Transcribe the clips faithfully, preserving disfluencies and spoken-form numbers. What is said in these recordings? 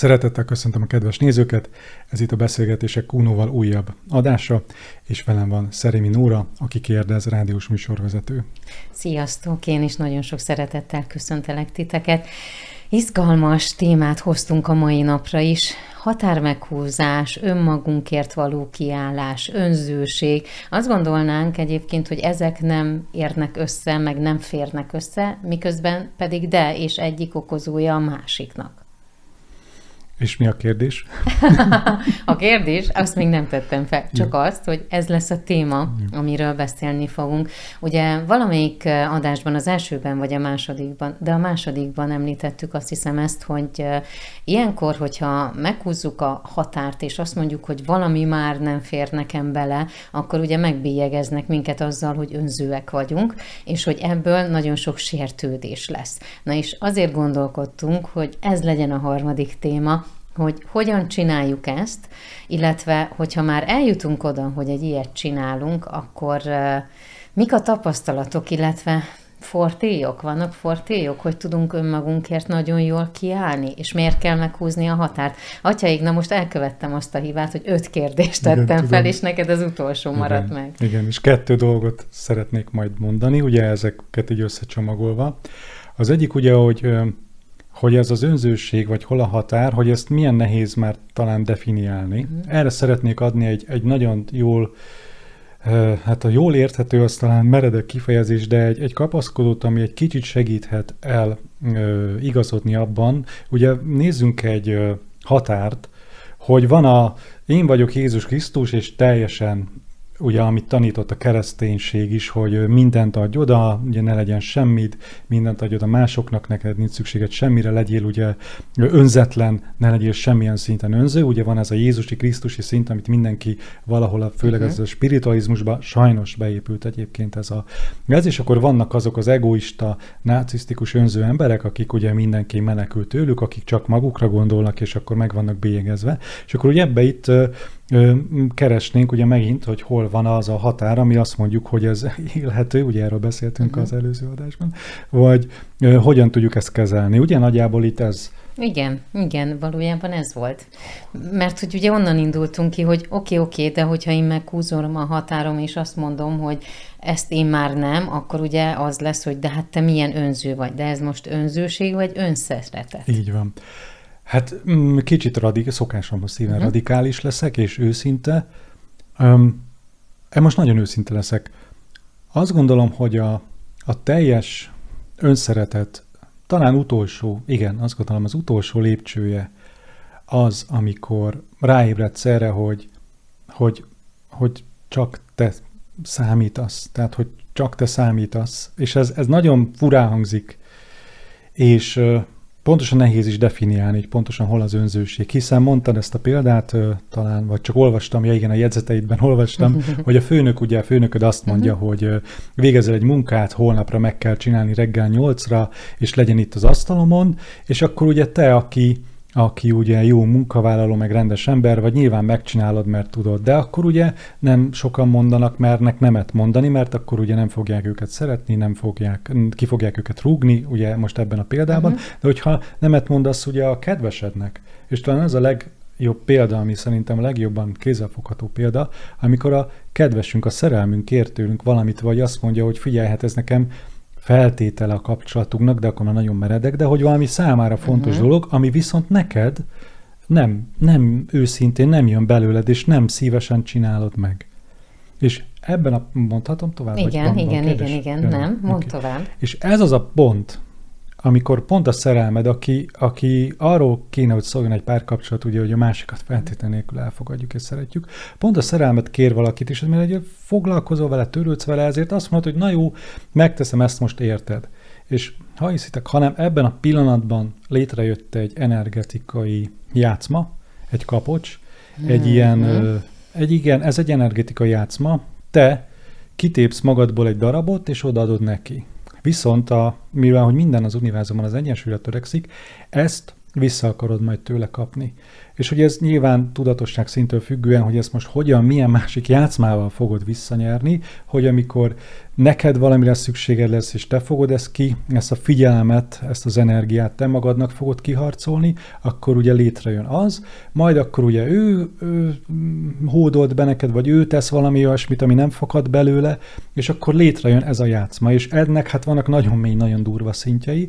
Szeretettel köszöntöm a kedves nézőket, ez itt a Beszélgetések Kunóval újabb adása, és velem van Szerémi Nóra, aki kérdez, rádiós műsorvezető. Sziasztok, én is nagyon sok szeretettel köszöntelek titeket. Izgalmas témát hoztunk a mai napra is. Határmeghúzás, önmagunkért való kiállás, önzőség. Azt gondolnánk egyébként, hogy ezek nem érnek össze, meg nem férnek össze, miközben pedig de, és egyik okozója a másiknak. És mi a kérdés? A kérdés, azt még nem tettem fel, csak azt, hogy ez lesz a téma, amiről beszélni fogunk. Ugye valamelyik adásban, az elsőben vagy a másodikban, de a másodikban említettük azt hiszem ezt, hogy ilyenkor, hogyha meghúzzuk a határt, és azt mondjuk, hogy valami már nem fér nekem bele, akkor ugye megbélyegeznek minket azzal, hogy önzőek vagyunk, és hogy ebből nagyon sok sértődés lesz. Na és azért gondolkodtunk, hogy ez legyen a harmadik téma, hogy hogyan csináljuk ezt, illetve hogyha már eljutunk oda, hogy egy ilyet csinálunk, akkor uh, mik a tapasztalatok, illetve fortélyok, vannak fortélyok, hogy tudunk önmagunkért nagyon jól kiállni, és miért kell meghúzni a határt. Atyaik, na most elkövettem azt a hibát, hogy öt kérdést tettem igen, fel, és neked az utolsó igen, maradt meg. Igen, és kettő dolgot szeretnék majd mondani, ugye ezeket így összecsomagolva. Az egyik ugye, hogy hogy ez az önzőség, vagy hol a határ, hogy ezt milyen nehéz már talán definiálni. Mm. Erre szeretnék adni egy, egy nagyon jól, hát a jól érthető, az talán meredek kifejezés, de egy, egy kapaszkodót, ami egy kicsit segíthet el ö, igazodni abban. Ugye nézzünk egy ö, határt, hogy van a én vagyok Jézus Krisztus, és teljesen ugye, amit tanított a kereszténység is, hogy mindent adj oda, ugye ne legyen semmid, mindent adj oda másoknak, neked nincs szükséged semmire, legyél ugye önzetlen, ne legyél semmilyen szinten önző. Ugye van ez a Jézusi, Krisztusi szint, amit mindenki valahol, főleg uh-huh. ez a spiritualizmusban sajnos beépült egyébként ez a... Ez is akkor vannak azok az egoista, narcisztikus önző emberek, akik ugye mindenki menekül tőlük, akik csak magukra gondolnak, és akkor meg vannak bélyegezve. És akkor ugye ebbe itt keresnénk ugye megint, hogy hol van az a határ, ami azt mondjuk, hogy ez élhető, ugye erről beszéltünk uh-huh. az előző adásban, vagy uh, hogyan tudjuk ezt kezelni. Ugye nagyjából itt ez... Igen, igen, valójában ez volt. Mert hogy ugye onnan indultunk ki, hogy oké, oké, de hogyha én meghúzom a határom, és azt mondom, hogy ezt én már nem, akkor ugye az lesz, hogy de hát te milyen önző vagy, de ez most önzőség, vagy önszeretet? Így van. Hát kicsit radik, szokásomhoz szíven uh-huh. radikális leszek, és őszinte. Um, most nagyon őszinte leszek. Azt gondolom, hogy a, a teljes önszeretet talán utolsó, igen, azt gondolom az utolsó lépcsője az, amikor ráébredsz erre, hogy, hogy, hogy csak te számítasz, tehát hogy csak te számítasz, és ez, ez nagyon furán hangzik, és pontosan nehéz is definiálni, hogy pontosan hol az önzőség. Hiszen mondtad ezt a példát, talán, vagy csak olvastam, ja igen, a jegyzeteidben olvastam, hogy a főnök, ugye a főnököd azt mondja, uh-huh. hogy végezel egy munkát, holnapra meg kell csinálni reggel nyolcra, és legyen itt az asztalomon, és akkor ugye te, aki, aki ugye jó munkavállaló, meg rendes ember, vagy nyilván megcsinálod, mert tudod, de akkor ugye nem sokan mondanak, mernek nemet mondani, mert akkor ugye nem fogják őket szeretni, nem fogják, ki fogják őket rúgni, ugye most ebben a példában, uh-huh. de hogyha nemet mondasz ugye a kedvesednek, és talán ez a legjobb példa, ami szerintem a legjobban kézzelfogható példa, amikor a kedvesünk, a szerelmünk kér tőlünk valamit, vagy azt mondja, hogy figyelj, hát ez nekem feltétele a kapcsolatunknak, de akkor már nagyon meredek, de hogy valami számára fontos uh-huh. dolog, ami viszont neked nem, nem őszintén nem jön belőled, és nem szívesen csinálod meg. És ebben a... Mondhatom tovább? Igen, van, igen, van igen, igen, igen, nem, mondd okay. tovább. És ez az a pont, amikor pont a szerelmed, aki, aki arról kéne, hogy szóljon egy párkapcsolat, ugye, hogy a másikat feltétlenül nélkül elfogadjuk és szeretjük, pont a szerelmet kér valakit is, mert ugye foglalkozol vele, törődsz vele, ezért azt mondod, hogy na jó, megteszem ezt most, érted. És ha hiszitek, hanem ebben a pillanatban létrejött egy energetikai játszma, egy kapocs, egy mm-hmm. ilyen, egy igen, ez egy energetikai játszma, te kitépsz magadból egy darabot, és odaadod neki. Viszont, a, mivel hogy minden az univerzumban az egyensúlyra törekszik, ezt vissza akarod majd tőle kapni. És hogy ez nyilván tudatosság szintől függően, hogy ezt most hogyan, milyen másik játszmával fogod visszanyerni, hogy amikor neked valamire szükséged lesz, és te fogod ezt ki, ezt a figyelmet, ezt az energiát te magadnak fogod kiharcolni, akkor ugye létrejön az, majd akkor ugye ő, ő hódolt be neked, vagy ő tesz valami olyasmit, ami nem fakad belőle, és akkor létrejön ez a játszma, és ennek hát vannak nagyon mély, nagyon durva szintjei,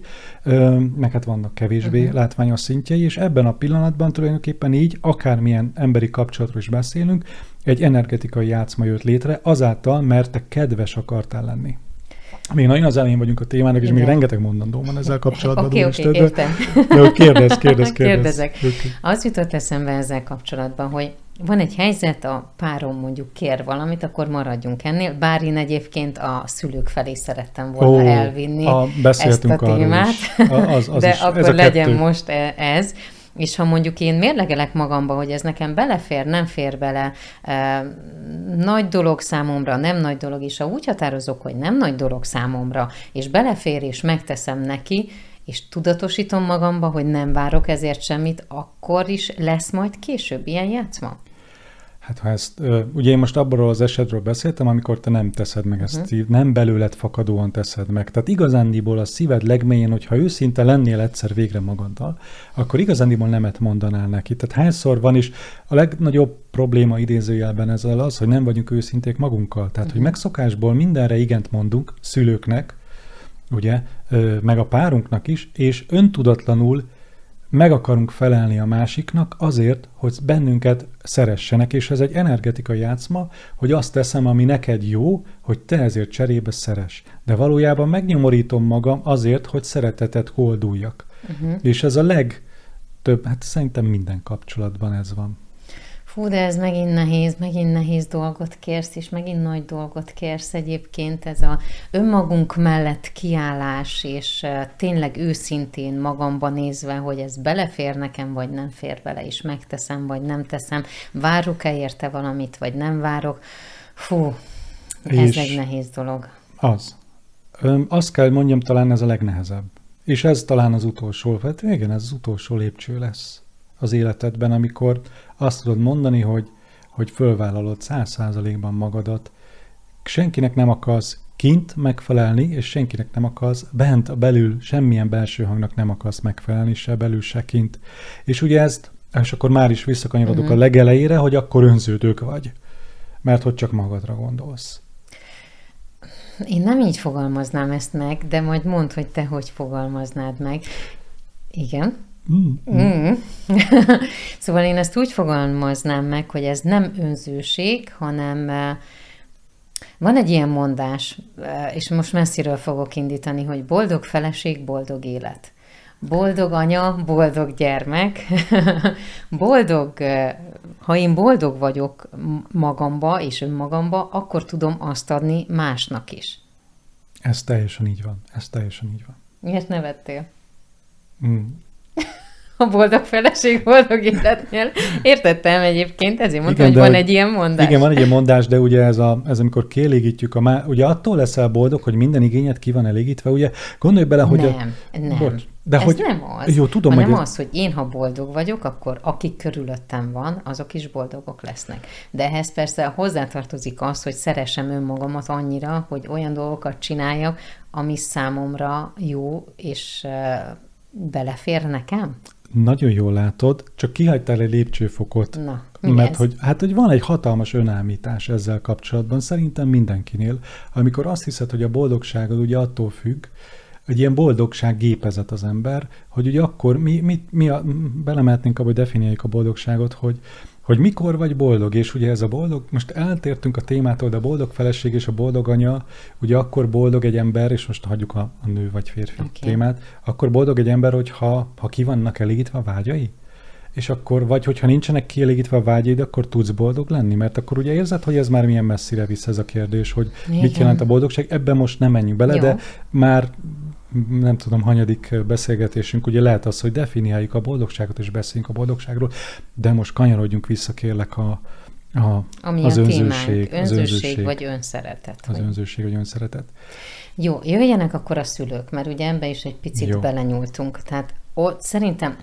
meg hát vannak kevésbé uh-huh. látványos szintjei, és ebben a pillanatban tulajdonképpen így, akármilyen emberi kapcsolatról is beszélünk, egy energetikai játszma jött létre, azáltal, mert te kedves akartál lenni. Még nagyon az elején vagyunk a témának, és igen. még rengeteg mondandó van ezzel kapcsolatban. Oké, oké, okay, értem. Jó, kérdez, kérdez, kérdez. Kérdezek. Okay. Az jutott eszembe ezzel kapcsolatban, hogy van egy helyzet, a párom mondjuk kér valamit, akkor maradjunk ennél, bár én egyébként a szülők felé szerettem volna oh, elvinni a, ezt a témát, az, az de is, akkor legyen kettő. Most ez. És ha mondjuk én mérlegelek magamba, hogy ez nekem belefér, nem fér bele, e, nagy dolog számomra, nem nagy dolog, és ha úgy határozok, hogy nem nagy dolog számomra, és belefér, és megteszem neki, és tudatosítom magamba, hogy nem várok ezért semmit, akkor is lesz majd később ilyen játszma? Hát ha ezt, ugye én most abból az esetről beszéltem, amikor te nem teszed meg ezt, uh-huh. nem belőled fakadóan teszed meg. Tehát igazándiból a szíved legmélyén, hogyha őszinte lennél egyszer végre magaddal, akkor igazándiból nemet mondanál neki. Tehát hányszor van is a legnagyobb probléma idézőjelben ezzel az, hogy nem vagyunk őszinték magunkkal. Tehát, uh-huh. hogy megszokásból mindenre igent mondunk szülőknek, ugye, meg a párunknak is, és öntudatlanul meg akarunk felelni a másiknak azért, hogy bennünket szeressenek, és ez egy energetikai játszma, hogy azt teszem, ami neked jó, hogy te ezért cserébe szeress. De valójában megnyomorítom magam azért, hogy szeretetet kolduljak. Uh-huh. És ez a legtöbb, hát szerintem minden kapcsolatban ez van. Fú, de ez megint nehéz, megint nehéz dolgot kérsz, és megint nagy dolgot kérsz egyébként, ez a önmagunk mellett kiállás, és tényleg őszintén magamban nézve, hogy ez belefér nekem, vagy nem fér bele, és megteszem, vagy nem teszem, várok-e érte valamit, vagy nem várok. Fú, ez egy nehéz dolog. Az. Öm, azt kell mondjam, talán ez a legnehezebb. És ez talán az utolsó, hát igen, ez az utolsó lépcső lesz az életedben, amikor azt tudod mondani, hogy, hogy fölvállalod száz százalékban magadat, senkinek nem akarsz kint megfelelni, és senkinek nem akarsz bent, belül, semmilyen belső hangnak nem akarsz megfelelni, se belül, se kint. És ugye ezt, és akkor már is visszakanyarodok uh-huh. a legelejére, hogy akkor önződők vagy, mert hogy csak magadra gondolsz. Én nem így fogalmaznám ezt meg, de majd mondd, hogy te hogy fogalmaznád meg. Igen. Mm. Mm. Szóval én ezt úgy fogalmaznám meg, hogy ez nem önzőség, hanem van egy ilyen mondás, és most messziről fogok indítani, hogy boldog feleség, boldog élet. Boldog anya, boldog gyermek. Boldog, ha én boldog vagyok magamba és önmagamba, akkor tudom azt adni másnak is. Ez teljesen így van. Ez teljesen így van. Miért nevettél? Mm. A boldog feleség, boldog életnél. Értettem egyébként, ezért mondtam, igen, hogy van egy ilyen mondás. Igen, van egy ilyen mondás, de ugye ez, a, ez amikor kielégítjük a má... Ugye attól leszel boldog, hogy minden igényed ki van elégítve, ugye gondolj bele, hogy... Nem, a... nem. Bocs, de ez hogy... nem az. Jó, tudom, hanem hogy az, hogy én, ha boldog vagyok, akkor akik körülöttem van, azok is boldogok lesznek. De ehhez persze hozzátartozik az, hogy szeressem önmagamat annyira, hogy olyan dolgokat csináljak, ami számomra jó, és uh, belefér nekem. Nagyon jól látod, csak kihagytál egy lépcsőfokot. Na, mert hogy, hát, hogy van egy hatalmas önállítás ezzel kapcsolatban, szerintem mindenkinél, amikor azt hiszed, hogy a boldogságod ugye attól függ, egy ilyen boldogság gépezet az ember, hogy ugye akkor mi, mi, mi a, belemehetnénk abba, hogy definiáljuk a boldogságot, hogy, hogy mikor vagy boldog, és ugye ez a boldog, most eltértünk a témától, de a boldog feleség és a boldog anya, ugye akkor boldog egy ember, és most hagyjuk a, a nő vagy férfi okay. témát, akkor boldog egy ember, hogyha ha ki vannak elégítve a vágyai, és akkor, vagy hogyha nincsenek kielégítve a vágyaid, akkor tudsz boldog lenni, mert akkor ugye érzed, hogy ez már milyen messzire visz ez a kérdés, hogy igen. mit jelent a boldogság, ebben most nem menjünk bele, jó. de már nem tudom, hanyadik beszélgetésünk, ugye lehet az, hogy definiáljuk a boldogságot, és beszéljünk a boldogságról, de most kanyarodjunk vissza, kérlek, a, a, az önzőség, témánk, önzőség, önzőség vagy önszeretet. Az vagy... önzőség vagy önszeretet. Jó, jöjjenek akkor a szülők, mert ugye ebbe is egy picit Jó. belenyúltunk. Tehát ott szerintem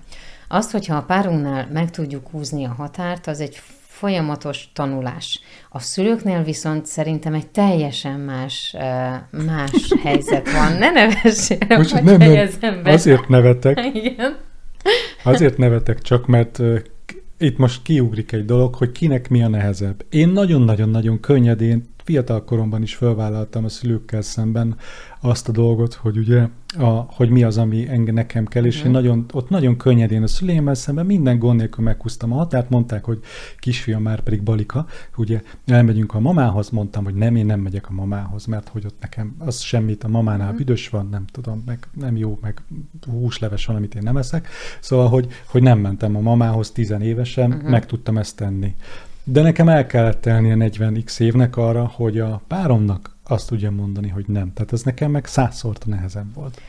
Azt, hogyha a párunknál meg tudjuk húzni a határt, az egy folyamatos tanulás. A szülőknél viszont szerintem egy teljesen más, más helyzet van. Ne nevessél, most hogy nem, helyezem be. Azért nevetek. Igen. Azért nevetek csak, mert uh, itt most kiugrik egy dolog, hogy kinek mi a nehezebb. Én nagyon-nagyon-nagyon könnyedén, fiatal koromban is felvállaltam a szülőkkel szemben azt a dolgot, hogy ugye, a, hogy mi az, ami engem nekem kell, és uh-huh. én nagyon, ott nagyon könnyedén a szüleimmel szemben minden gond nélkül meghúztam a határt, mondták, hogy kisfiam, már pedig Balika, ugye elmegyünk a mamához, mondtam, hogy nem, én nem megyek a mamához, mert hogy ott nekem az semmit, a mamánál uh-huh. büdös van, nem tudom, meg nem jó, meg húsleves van, amit én nem eszek, szóval, hogy, hogy nem mentem a mamához tizenévesen, uh-huh. meg tudtam ezt tenni. De nekem el kellett telnie negyven x évnek arra, hogy a páromnak azt tudja mondani, hogy nem. Tehát ez nekem meg százszor nehezebb volt.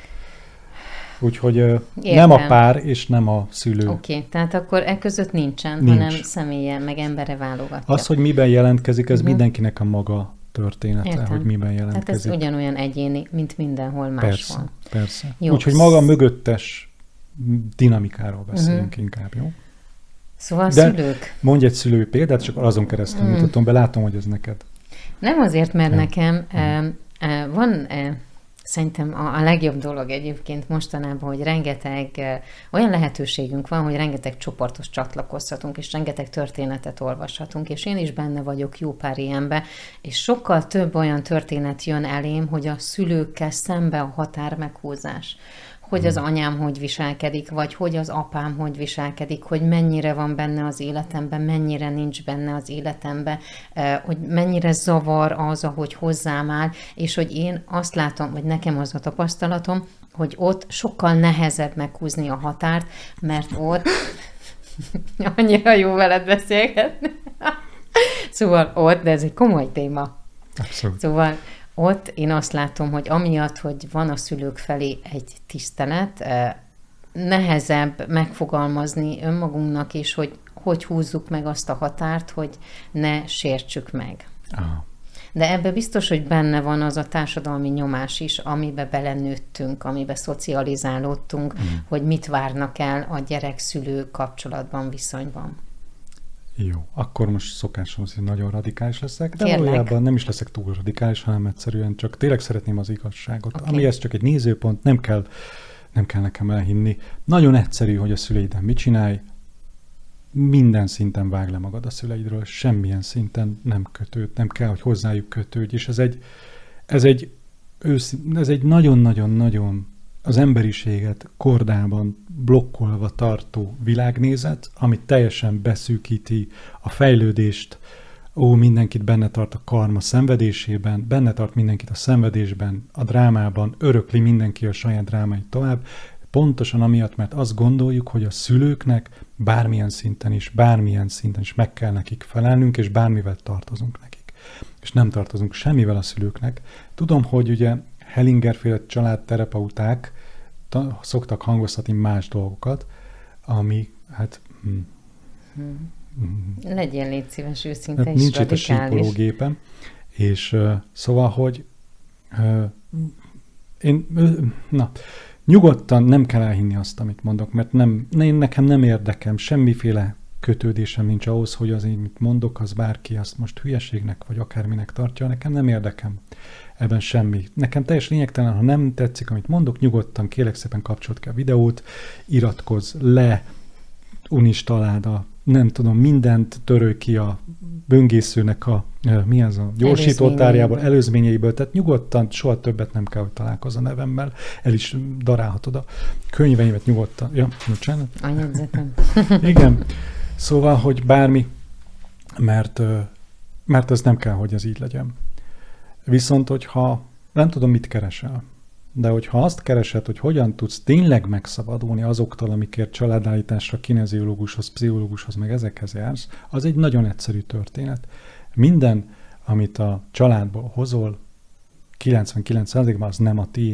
Úgyhogy Értem. nem a pár és nem a szülő. Oké, okay, tehát akkor e között nincsen, Nincs. hanem személye, meg embere válogatja. Az, hogy miben jelentkezik, ez uh-huh. mindenkinek a maga története, Értem. hogy miben jelentkezik. Tehát ez ugyanolyan egyéni, mint mindenhol máshol. Persze, persze. Úgyhogy maga mögöttes dinamikáról beszélünk uh-huh. inkább, jó? Szóval De szülők. mondj egy szülői példát, csak azon keresztül mm. mutatom be, látom, hogy ez neked. Nem azért, mert Nem. nekem mm. uh, van uh, szerintem a, a legjobb dolog egyébként mostanában, hogy rengeteg uh, olyan lehetőségünk van, hogy rengeteg csoportos csatlakozhatunk, és rengeteg történetet olvashatunk, és én is benne vagyok jó pár ilyenbe, és sokkal több olyan történet jön elém, hogy a szülőkkel szembe a határ meghúzás. Hogy az anyám hogy viselkedik, vagy hogy az apám hogy viselkedik, hogy mennyire van benne az életemben, mennyire nincs benne az életemben, hogy mennyire zavar az, ahogy hozzám áll, és hogy én azt látom, vagy nekem az a tapasztalatom, hogy ott sokkal nehezebb meghúzni a határt, mert ott annyira jó veled beszélgetni. Szóval ott, de ez egy komoly téma. Abszolút. Szóval ott én azt látom, hogy amiatt, hogy van a szülők felé egy tisztelet, nehezebb megfogalmazni önmagunknak is, hogy hogy húzzuk meg azt a határt, hogy ne sértsük meg. Aha. De ebbe biztos, hogy benne van az a társadalmi nyomás is, amibe belenőttünk, amibe szocializálódtunk, mm. hogy mit várnak el a gyerek-szülő kapcsolatban, viszonyban. Jó, akkor most szokásom szerint nagyon radikális leszek, de Kérlek. valójában nem is leszek túl radikális, hanem egyszerűen csak tényleg szeretném az igazságot. Okay. Ami ez csak egy nézőpont, nem kell, nem kell nekem elhinni. Nagyon egyszerű, hogy a szüleiden mit csinálj, minden szinten vág le magad a szüleidről, semmilyen szinten nem kötőd, nem kell, hogy hozzájuk kötődj, és ez egy, ez egy, őszín, ez egy nagyon-nagyon-nagyon az emberiséget kordában blokkolva tartó világnézet, amit teljesen beszűkíti a fejlődést, ó, mindenkit benne tart a karma szenvedésében, benne tart mindenkit a szenvedésben, a drámában, örökli mindenki a saját drámáit tovább, pontosan amiatt, mert azt gondoljuk, hogy a szülőknek bármilyen szinten is, bármilyen szinten is meg kell nekik felelnünk, és bármivel tartozunk nekik. És nem tartozunk semmivel a szülőknek. Tudom, hogy ugye Hellinger-féle családterapeuták ta, szoktak hangoztatni más dolgokat, ami, hát... Hmm, hmm. Hmm. Legyél, légy szíves, őszinte hát is nincs radikális. itt a sípológépem, és uh, szóval, hogy uh, én, uh, na, nyugodtan nem kell elhinni azt, amit mondok, mert nem, én nekem nem érdekem, semmiféle kötődésem nincs ahhoz, hogy az én mit mondok, az bárki azt most hülyeségnek, vagy akárminek tartja, nekem nem érdekem ebben semmi. Nekem teljes lényegtelen, ha nem tetszik, amit mondok, nyugodtan kérlek szépen kapcsolt ki a videót, iratkozz le, unistalláld a, nem tudom, mindent törölj ki a böngészőnek a, mi az a gyorsítótárjából, előzményeiből, tehát nyugodtan, soha többet nem kell, hogy találkozz a nevemmel, el is darálhatod a könyveimet nyugodtan. Ja, bocsánat. A jegyzetem. Igen. Szóval, hogy bármi, mert, mert ez nem kell, hogy ez így legyen. Viszont, hogyha nem tudom, mit keresel, de hogyha azt keresed, hogy hogyan tudsz tényleg megszabadulni azoktól, amikért családállításra, kineziológushoz, pszichológushoz, meg ezekhez jársz, az egy nagyon egyszerű történet. Minden, amit a családból hozol, kilencvenkilenc százalékban az nem a tiéd.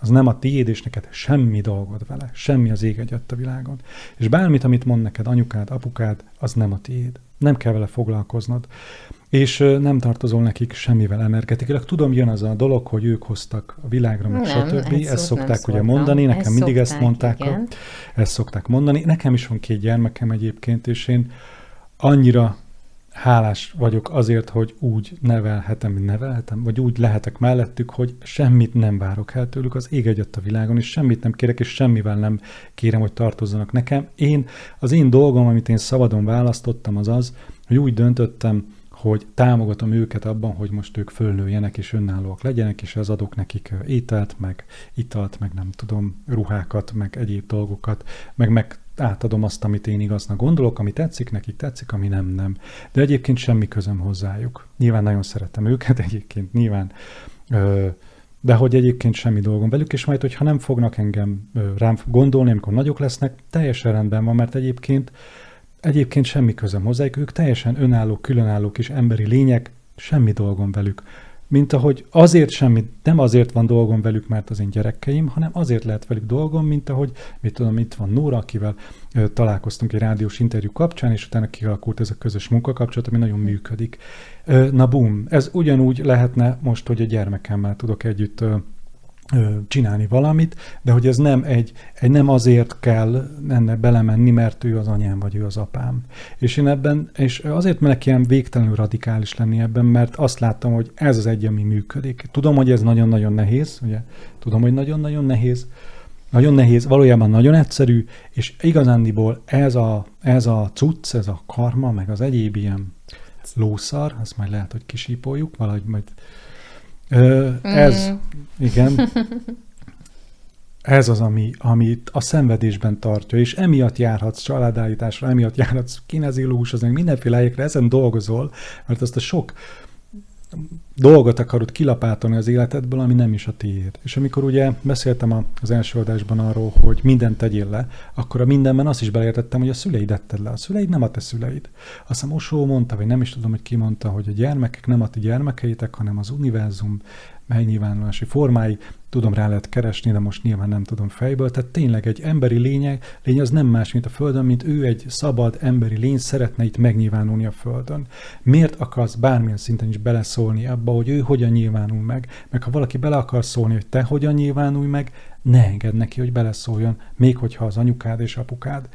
az nem a tiéd, és neked semmi dolgod vele, semmi az ég egyet a világon. És bármit, amit mond neked anyukád, apukád, az nem a tiéd. Nem kell vele foglalkoznod. És nem tartozol nekik semmivel energetikailag. Tudom, jön az a dolog, hogy ők hoztak a világra, meg nem, stb. Ezt, ezt szokták ugye szóltam. mondani, nekem ezt mindig szokták, ezt mondták, igen. ezt szokták mondani. Nekem is van két gyermekem egyébként, és én annyira hálás vagyok azért, hogy úgy nevelhetem, mint nevelhetem, vagy úgy lehetek mellettük, hogy semmit nem várok el tőlük, az ég egyet a világon, és semmit nem kérek, és semmivel nem kérem, hogy tartozzanak nekem. Én, az én dolgom, amit én szabadon választottam, az az, hogy úgy döntöttem, hogy támogatom őket abban, hogy most ők fölnőjenek és önállóak legyenek, és az adok nekik ételt, meg italt, meg nem tudom, ruhákat, meg egyéb dolgokat, meg, meg átadom azt, amit én igaznak gondolok, ami tetszik, nekik tetszik, ami nem, nem. De egyébként semmi közöm hozzájuk. Nyilván nagyon szeretem őket, egyébként nyilván, de hogy egyébként semmi dolgom velük, és majd, hogyha nem fognak engem rám gondolni, amikor nagyok lesznek, teljesen rendben van, mert egyébként Egyébként semmi közöm hozzájuk, ők teljesen önálló, különálló kis emberi lények, semmi dolgom velük. Mint ahogy azért semmi, nem azért van dolgom velük, mert az én gyerekeim, hanem azért lehet velük dolgom, mint ahogy, mit tudom, itt van Nóra, akivel ö, találkoztunk egy rádiós interjú kapcsán, és utána kialakult ez a közös munkakapcsolat, ami nagyon működik. Ö, na bum, ez ugyanúgy lehetne most, hogy a gyermekemmel tudok együtt ö, csinálni valamit, de hogy ez nem egy, egy nem azért kell enne belemenni, mert ő az anyám, vagy ő az apám. És én ebben, és azért merek ilyen végtelenül radikális lenni ebben, mert azt láttam, hogy ez az egy, ami működik. Tudom, hogy ez nagyon-nagyon nehéz, ugye? Tudom, hogy nagyon-nagyon nehéz, nagyon nehéz, valójában nagyon egyszerű, és igazándiból ez a, ez a cucc, ez a karma, meg az egyéb ilyen lószar, ezt majd lehet, hogy kisípoljuk, valahogy majd Ez, mm. igen, ez az, ami, amit a szenvedésben tartja, és emiatt járhatsz családállításra, emiatt járhatsz kinezilógushoz, meg mindenféle helyekre, ezen dolgozol, mert azt a sok dolgot akarod kilapátolni az életedből, ami nem is a tiéd. És amikor ugye beszéltem az első adásban arról, hogy mindent tegyél le, akkor a mindenben azt is beleértettem, hogy a szüleid etted le. A szüleid nem a te szüleid. Azt hiszem Osho mondta, vagy nem is tudom, hogy ki mondta, hogy a gyermekek nem a ti gyermekeitek, hanem az univerzum megnyilvánulási formái. Tudom, rá lehet keresni, de most nyilván nem tudom fejből. Tehát tényleg egy emberi lényeg, lény az nem más, mint a Földön, mint ő egy szabad emberi lény szeretne itt megnyilvánulni a Földön. Miért akarsz bármilyen szinten is beleszólni abba, hogy ő hogyan nyilvánul meg? Meg ha valaki bele akar szólni, hogy te hogyan nyilvánulj meg, ne engedd neki, hogy beleszóljon, még hogyha az anyukád és apukád.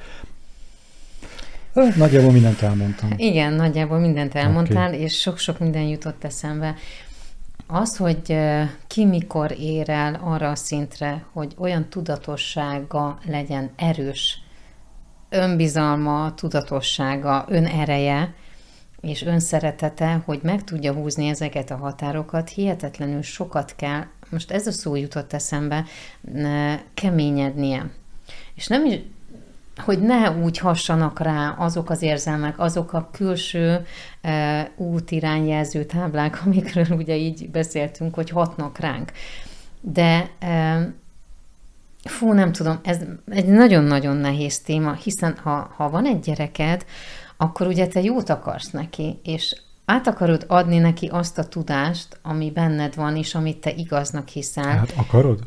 Nagyjából mindent elmondtam. Igen, nagyjából mindent elmondtál, okay. És sok-sok minden jutott eszembe. Az, hogy ki mikor ér el arra a szintre, hogy olyan tudatossága legyen erős, önbizalma, tudatossága, önereje és önszeretete, hogy meg tudja húzni ezeket a határokat, hihetetlenül sokat kell, most ez a szó jutott eszembe, keményednie. És nem is, hogy ne úgy hassanak rá azok az érzelmek, azok a külső e, útirányjelző táblák, amikről ugye így beszéltünk, hogy hatnak ránk. De e, fú, nem tudom, ez egy nagyon-nagyon nehéz téma, hiszen ha, ha van egy gyereked, akkor ugye te jót akarsz neki, és át akarod adni neki azt a tudást, ami benned van, és amit te igaznak hiszel. Hát akarod?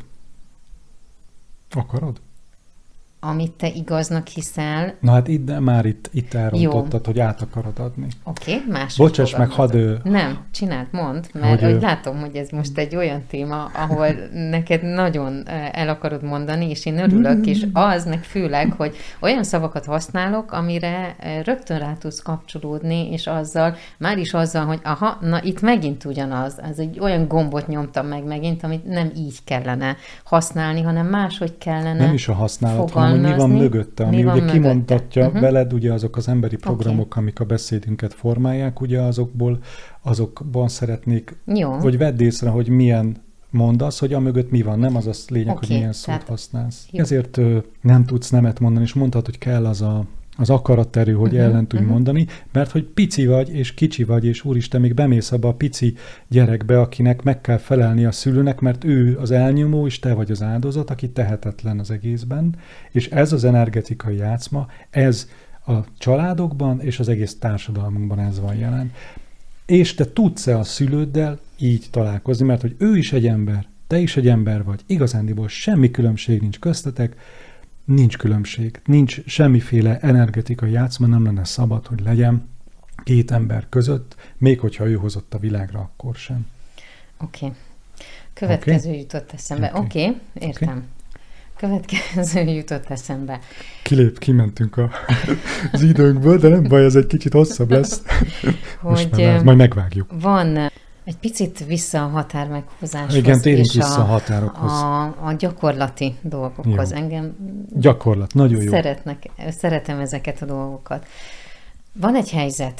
Akarod? Amit te igaznak hiszel. Na hát itt, már itt, itt elrontottad, hogy át akarod adni. Oké, okay, más. Bocsáss meg, hadd... Nem, csináld, mondd, mert hogy, hogy látom, hogy ez most egy olyan téma, ahol neked nagyon el akarod mondani, és én örülök, és az meg főleg, hogy olyan szavakat használok, amire rögtön rá tudsz kapcsolódni, és azzal, már is azzal, hogy aha, na itt megint ugyanaz, ez egy olyan gombot nyomtam meg megint, amit nem így kellene használni, hanem máshogy kellene. Nem is a használat, hanem hogy mi van mögötte, ami mi ugye mögötte? Kimondatja uh-huh. veled ugye azok az emberi programok, okay. amik a beszédünket formálják, ugye azokból, azokban szeretnék, Jó. hogy vedd észre, hogy milyen mondasz, hogy amögött mi van, nem az a lényeg, okay. hogy milyen szót Tehát, használsz. Jó. Ezért ö, nem tudsz nemet mondani, és mondhatod, hogy kell az a az akaraterő, hogy uh-huh, ellen tudj uh-huh. mondani, mert hogy pici vagy, és kicsi vagy, és úristen, még bemész abba a pici gyerekbe, akinek meg kell felelni a szülőnek, mert ő az elnyomó, és te vagy az áldozat, aki tehetetlen az egészben, és ez az energetikai játszma, ez a családokban, és az egész társadalmunkban ez van jelen. És te tudsz-e a szülőddel így találkozni, mert hogy ő is egy ember, te is egy ember vagy, igazándiból semmi különbség nincs köztetek, nincs különbség, nincs semmiféle energetikai játszma, nem lenne szabad, hogy legyen két ember között, még hogyha ő hozott a világra, akkor sem. Oké. Okay. Következő okay. jutott eszembe. Oké, okay. okay, értem. Okay. Következő jutott eszembe. Kilép, kimentünk a, az időnkből, de nem baj, ez egy kicsit hosszabb lesz. Most hogy már, majd megvágjuk. Van egy picit vissza a határ meghozáshoz. Igen, térjünk vissza a határokhoz. A, a gyakorlati dolgokhoz. Jó. Engem Gyakorlat, nagyon jó. Szeretnek, szeretem ezeket a dolgokat. Van egy helyzet,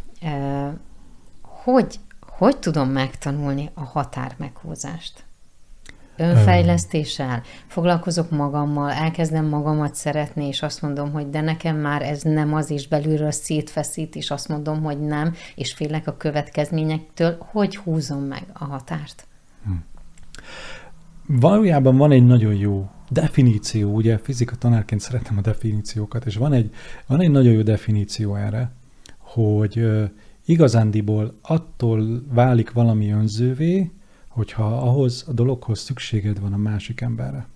hogy, hogy tudom megtanulni a határ meghúzást? Önfejlesztéssel, foglalkozok magammal, elkezdem magamat szeretni, és azt mondom, hogy de nekem már ez nem az, és belülről szétfeszít, és azt mondom, hogy nem, és félek a következményektől. Hogy húzom meg a határt? Hm. Valójában van egy nagyon jó definíció, ugye fizika tanárként szeretem a definíciókat, és van egy, van egy nagyon jó definíció erre, hogy uh, igazándiból attól válik valami önzővé, hogyha ahhoz a dologhoz szükséged van a másik emberre.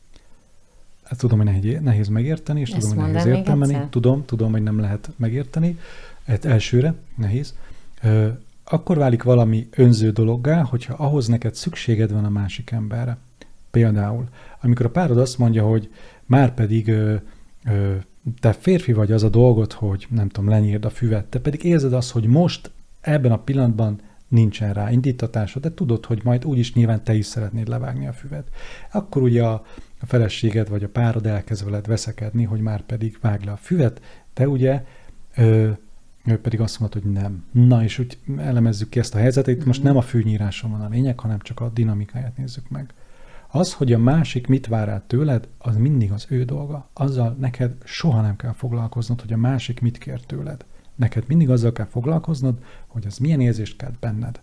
Ezt tudom, hogy nehéz megérteni, és Ezt tudom, hogy nehéz értelmeni. Tudom, tudom, hogy nem lehet megérteni. Hát elsőre nehéz. Akkor válik valami önző dologgá, hogyha ahhoz neked szükséged van a másik emberre. Például, amikor a párod azt mondja, hogy már pedig ö, ö, te férfi vagy, az a dolgot, hogy nem tudom, lenyírd a füvet, te pedig érzed azt, hogy most ebben a pillanatban nincsen rá indítatásod, de tudod, hogy majd úgyis nyilván te is szeretnéd levágni a füvet. Akkor ugye a, a feleséged vagy a párod elkezd veled veszekedni, hogy már pedig vágd le a füvet, de ugye ö, ő pedig azt mondod, hogy nem. Na, és úgy elemezzük ki ezt a helyzetet. Itt most nem a fűnyíráson van a lényeg, hanem csak a dinamikáját nézzük meg. Az, hogy a másik mit vár el tőled, az mindig az ő dolga. Azzal neked soha nem kell foglalkoznod, hogy a másik mit kér tőled. Neked mindig azzal kell foglalkoznod, hogy az milyen érzést kelt benned.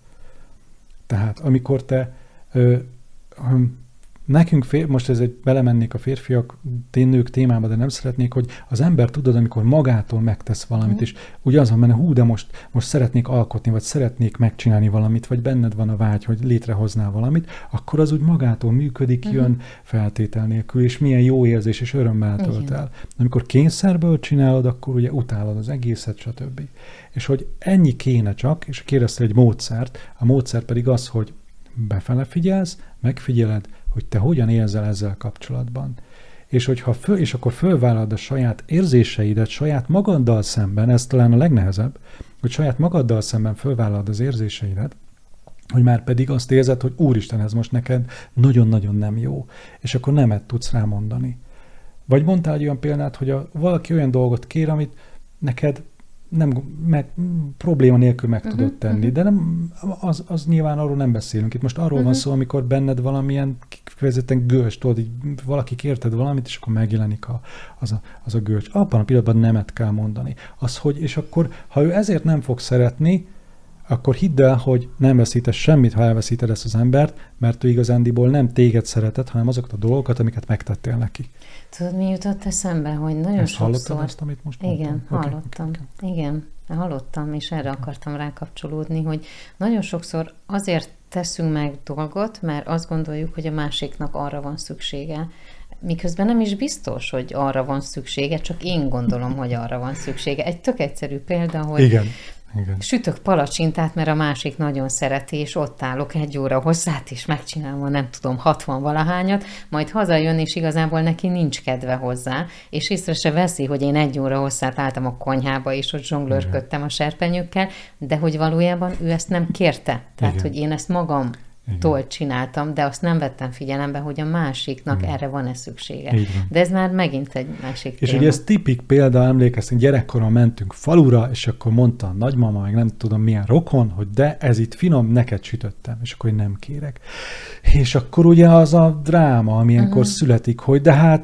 Tehát amikor te ö, ö, nekünk, fér, most ez egy, belemennék a férfiak, nők témába, de nem szeretnék, hogy az ember tudod, amikor magától megtesz valamit, mm. és ugye az van benne, hú, de most, most szeretnék alkotni, vagy szeretnék megcsinálni valamit, vagy benned van a vágy, hogy létrehoznál valamit, akkor az úgy magától működik, mm. jön feltétel nélkül, és milyen jó érzés és örömmel tölt el. Amikor kényszerből csinálod, akkor ugye utálod az egészet, stb. És hogy ennyi kéne csak, és kérdezte egy módszert, a módszer pedig az, hogy befele figyelsz, megfigyeled, hogy te hogyan érzel ezzel kapcsolatban. És, hogyha föl, és akkor fölvállalod a saját érzéseidet saját magaddal szemben, ez talán a legnehezebb, hogy saját magaddal szemben fölvállalod az érzéseidet, hogy már pedig azt érzed, hogy Úristen, ez most neked nagyon-nagyon nem jó, és akkor nemet tudsz rámondani. Vagy mondtál egy olyan példát, hogy a, valaki olyan dolgot kér, amit neked nem, meg, probléma nélkül meg uh-huh, tudod tenni, uh-huh. de nem, az, az nyilván arról nem beszélünk. Itt most arról uh-huh. van szó, amikor benned valamilyen kifejezetten gölcs, tudod, így valaki kérted valamit, és akkor megjelenik a, az, a, az a gölcs. Abban a pillanatban nemet kell mondani. Az, hogy, és akkor, ha ő ezért nem fog szeretni, akkor hidd el, hogy nem veszítesz semmit, ha elveszíted ezt az embert, mert ő igazándiból nem téged szeretett, hanem azokat a dolgokat, amiket megtettél neki. Tudod, mi jutott eszembe, hogy nagyon ezt sokszor... hallottad ezt, amit most mondtam? Igen, okay, hallottam. Okay, okay. Igen, hallottam, és erre okay. akartam rákapcsolódni, hogy nagyon sokszor azért teszünk meg dolgot, mert azt gondoljuk, hogy a másiknak arra van szüksége. Miközben nem is biztos, hogy arra van szüksége, csak én gondolom, hogy arra van szüksége. Egy tök egyszerű példa, hogy... Igen. Igen. Sütök palacsintát, mert a másik nagyon szereti, és ott állok egy óra hosszát, és megcsinálom, nem tudom, hatvan valahányat, majd hazajön, és igazából neki nincs kedve hozzá, és észre se veszi, hogy én egy óra hosszát álltam a konyhába, és ott zsonglőrködtem a serpenyőkkel, de hogy valójában ő ezt nem kérte. Tehát, igen. hogy én ezt magam tól csináltam, de azt nem vettem figyelembe, hogy a másiknak igen. erre van-e szüksége. De ez már megint egy másik És téma. ugye ez tipik példa, emlékeztünk, gyerekkoron mentünk falura, és akkor mondta a nagymama, meg nem tudom milyen rokon, hogy de ez itt finom, neked sütöttem, és akkor én nem kérek. És akkor ugye az a dráma, amilyenkor uh-huh. születik, hogy de hát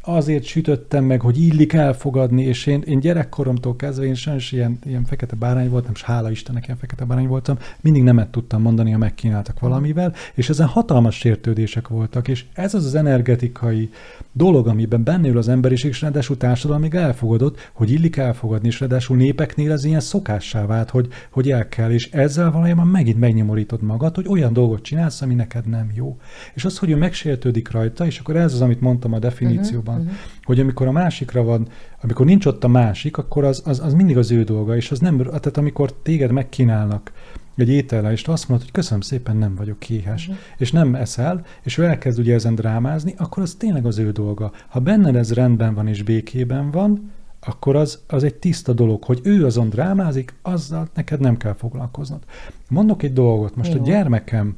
azért sütöttem meg, hogy illik elfogadni, és én, én gyerekkoromtól kezdve, én sajnos ilyen, ilyen fekete bárány voltam, és hála Istennek ilyen fekete bárány voltam, mindig nemet tudtam mondani, ha megkínáltak valamivel, és ezen hatalmas sértődések voltak, és ez az az energetikai dolog, amiben benne ül az emberiség, és ráadásul társadalomig elfogadott, hogy illik elfogadni, és ráadásul népeknél ez ilyen szokássá vált, hogy, hogy el kell, és ezzel valójában megint megnyomorítod magad, hogy olyan dolgot csinálsz, ami neked nem jó. És az, hogy ő megsértődik rajta, és akkor ez az, amit mondtam a definícióban, uh-huh, uh-huh. hogy amikor a másikra van, amikor nincs ott a másik, akkor az, az, az mindig az ő dolga, és az nem, tehát amikor téged megkínálnak egy étellel, és te azt mondod, hogy köszönöm szépen, nem vagyok éhes, uh-huh. és nem eszel, és ő elkezd ugye ezen drámázni, akkor az tényleg az ő dolga. Ha benned ez rendben van és békében van, akkor az, az egy tiszta dolog, hogy ő azon drámázik, azzal neked nem kell foglalkoznod. Mondok egy dolgot, most Jó. a gyermekem,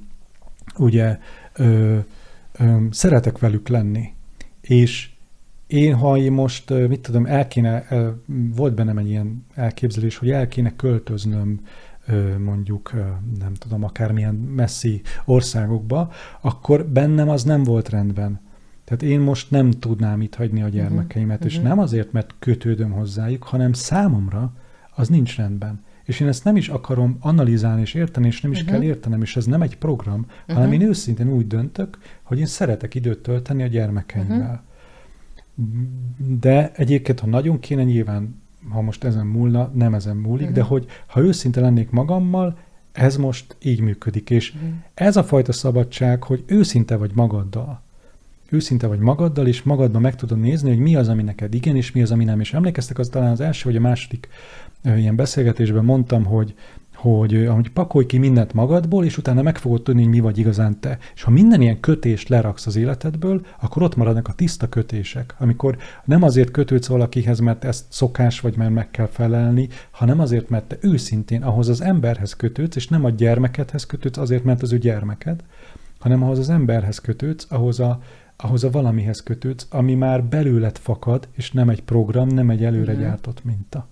ugye, ö, ö, szeretek velük lenni, és én, ha én most, mit tudom, el kéne, el, volt bennem egy ilyen elképzelés, hogy el kéne költöznöm mondjuk, nem tudom, akármilyen messzi országokba, akkor bennem az nem volt rendben. Tehát én most nem tudnám itt hagyni a gyermekeimet, uh-huh. és nem azért, mert kötődöm hozzájuk, hanem számomra az nincs rendben. És én ezt nem is akarom analizálni és érteni, és nem is uh-huh. kell értenem, és ez nem egy program, uh-huh. hanem én őszintén úgy döntök, hogy én szeretek időt tölteni a gyermekeimmel. Uh-huh. De egyébként, ha nagyon kéne, nyilván ha most ezen múlna, nem ezen múlik, uh-huh. de hogy ha őszinte lennék magammal, ez most így működik. És uh-huh. ez a fajta szabadság, hogy őszinte vagy magaddal. Őszinte vagy magaddal, és magadban meg tudod nézni, hogy mi az, ami neked igen, és mi az, ami nem. És emlékeztek, az talán az első, vagy a második ö, ilyen beszélgetésben mondtam, hogy hogy, hogy pakolj ki mindent magadból, és utána meg fogod tudni, hogy mi vagy igazán te. És ha minden ilyen kötést leraksz az életedből, akkor ott maradnak a tiszta kötések, amikor nem azért kötődsz valakihez, mert ezt szokás, vagy mert meg kell felelni, hanem azért, mert te őszintén ahhoz az emberhez kötődsz, és nem a gyermekedhez kötődsz azért, mert az ő gyermeked, hanem ahhoz az emberhez kötődsz, ahhoz a, ahhoz a valamihez kötődsz, ami már belőled fakad, és nem egy program, nem egy előre gyártott minta.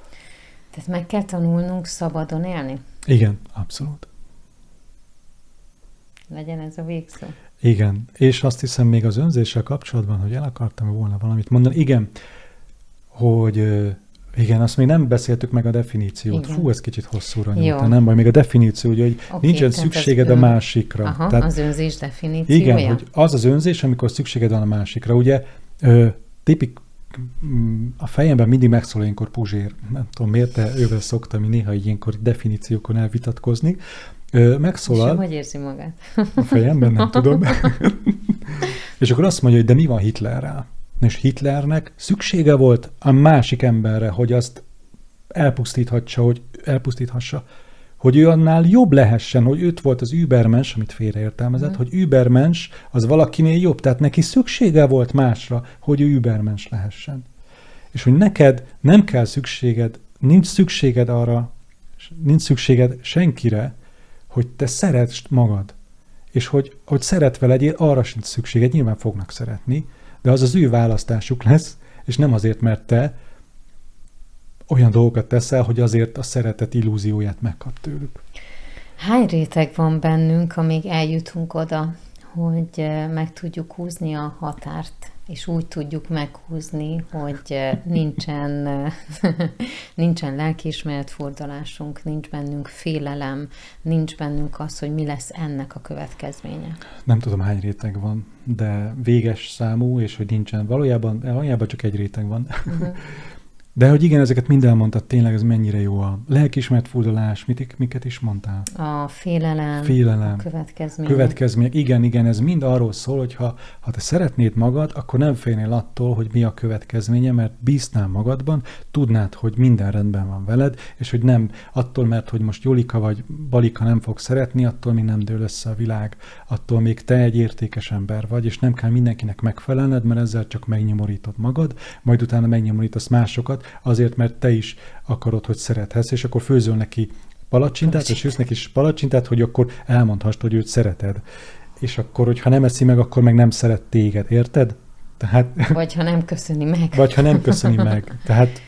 Tehát meg kell tanulnunk szabadon élni? Igen, abszolút. Legyen ez a végszó. Igen, és azt hiszem még az önzéssel kapcsolatban, hogy el akartam volna valamit mondani. Igen, hogy igen, azt még nem beszéltük meg a definíciót. Igen. Fú, ez kicsit hosszúra nyújt, nem baj. Még a definíció, hogy, hogy okay, nincsen szükséged ön... a másikra. Aha, tehát, az önzés definíciója. Igen, hogy az az önzés, amikor szükséged van a másikra. Ugye, ö, tipik a fejemben mindig megszól ilyenkor Puzsér. Nem tudom miért, de ővel szoktam néha így ilyenkor definíciókon elvitatkozni. Megszólal. És hogy érzi magát? A fejemben, nem tudom. És akkor azt mondja, hogy de mi van Hitlerrel? És Hitlernek szüksége volt a másik emberre, hogy azt elpusztíthassa, hogy elpusztíthassa, hogy ő annál jobb lehessen, hogy őt volt az Übermensch, amit félreértelmezett, mm. hogy Übermensch az valakinél jobb, tehát neki szüksége volt másra, hogy ő Übermensch lehessen. És hogy neked nem kell szükséged, nincs szükséged arra, nincs szükséged senkire, hogy te szeretst magad. És hogy, hogy szeretve legyél, arra sincs szükséged, nyilván fognak szeretni, de az az ő választásuk lesz, és nem azért, mert te olyan dolgokat teszel, hogy azért a szeretet illúzióját megkap tőlük. Hány réteg van bennünk, amíg eljutunk oda, hogy meg tudjuk húzni a határt, és úgy tudjuk meghúzni, hogy nincsen, nincsen lelkiismeret fordulásunk, nincs bennünk félelem, nincs bennünk az, hogy mi lesz ennek a következménye. Nem tudom, hány réteg van, de véges számú, és hogy nincsen. Valójában, valójában csak egy réteg van. Uh-huh. De hogy igen, ezeket mind elmondtad, tényleg ez mennyire jó a lelkiismeret fordulás, mit, miket is mondtál? A félelem, félelem a következmények. Következmények, igen, igen, ez mind arról szól, hogy ha, ha te szeretnéd magad, akkor nem félnél attól, hogy mi a következménye, mert bíznál magadban, tudnád, hogy minden rendben van veled, és hogy nem attól, mert hogy most Jolika vagy Balika nem fog szeretni, attól még nem dől össze a világ, attól még te egy értékes ember vagy, és nem kell mindenkinek megfelelned, mert ezzel csak megnyomorítod magad, majd utána megnyomorítasz másokat, azért, mert te is akarod, hogy szerethetsz, és akkor főzöl neki palacsintát, és ősz neki is palacsintát, hogy akkor elmondhassd, hogy őt szereted. És akkor, hogyha nem eszi meg, akkor meg nem szeret téged, érted? Tehát, vagy ha nem köszöni meg. Vagy ha nem köszöni meg. Tehát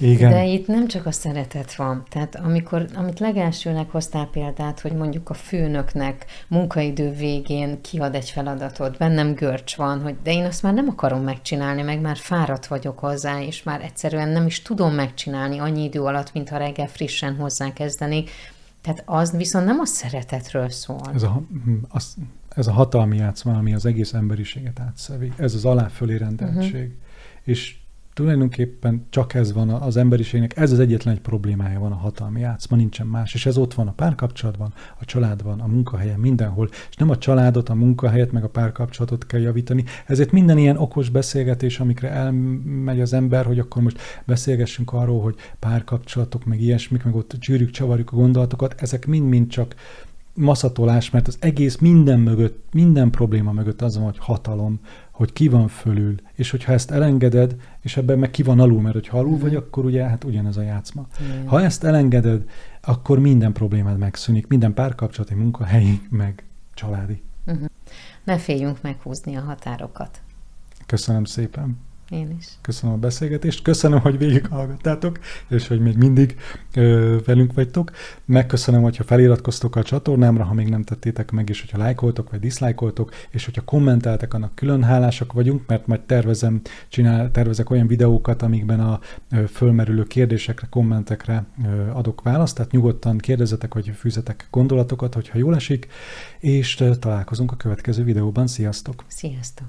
Igen. De itt nem csak a szeretet van. Tehát amikor, amit legelsőnek hoztál példát, hogy mondjuk a főnöknek munkaidő végén kiad egy feladatot, bennem görcs van, hogy de én azt már nem akarom megcsinálni, meg már fáradt vagyok hozzá, és már egyszerűen nem is tudom megcsinálni annyi idő alatt, mintha reggel frissen hozzákezdenék. Tehát az viszont nem a szeretetről szól. Ez a, az, ez a hatalmi játszma, ami az egész emberiséget átszövi. Ez az alá-fölé rendeltség. Uh-huh. És tulajdonképpen csak ez van az emberiségnek, ez az egyetlen egy problémája van a hatalmi játszma, nincsen más. És ez ott van a párkapcsolatban, a családban, a munkahelyen, mindenhol. És nem a családot, a munkahelyet, meg a párkapcsolatot kell javítani. Ezért minden ilyen okos beszélgetés, amikre elmegy az ember, hogy akkor most beszélgessünk arról, hogy párkapcsolatok, meg ilyesmik, meg ott csűrjük, csavarjuk a gondolatokat, ezek mind-mind csak maszatolás, mert az egész minden mögött, minden probléma mögött az van, hogy hatalom, hogy ki van fölül, és hogyha ezt elengeded, és ebben meg ki van alul, mert hogyha alul vagy, akkor ugye hát ugyanez a játszma. Mm. Ha ezt elengeded, akkor minden problémád megszűnik, minden párkapcsolati, munkahelyi, meg családi. Uh-huh. Ne féljünk meghúzni a határokat. Köszönöm szépen. Én is. Köszönöm a beszélgetést, köszönöm, hogy végighallgattátok, és hogy még mindig ö, velünk vagytok. Megköszönöm, hogyha feliratkoztok a csatornámra, ha még nem tettétek meg, és hogyha lájkoltok, vagy diszlájkoltok, és hogyha kommenteltek, annak külön hálásak vagyunk, mert majd tervezem, csinál, tervezek olyan videókat, amikben a ö, fölmerülő kérdésekre, kommentekre ö, adok választ, tehát nyugodtan kérdezzetek, vagy fűzetek gondolatokat, hogyha jól esik, és ö, találkozunk a következő videóban. Sziasztok! Sziasztok!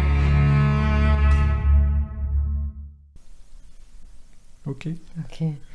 Okay. Okay.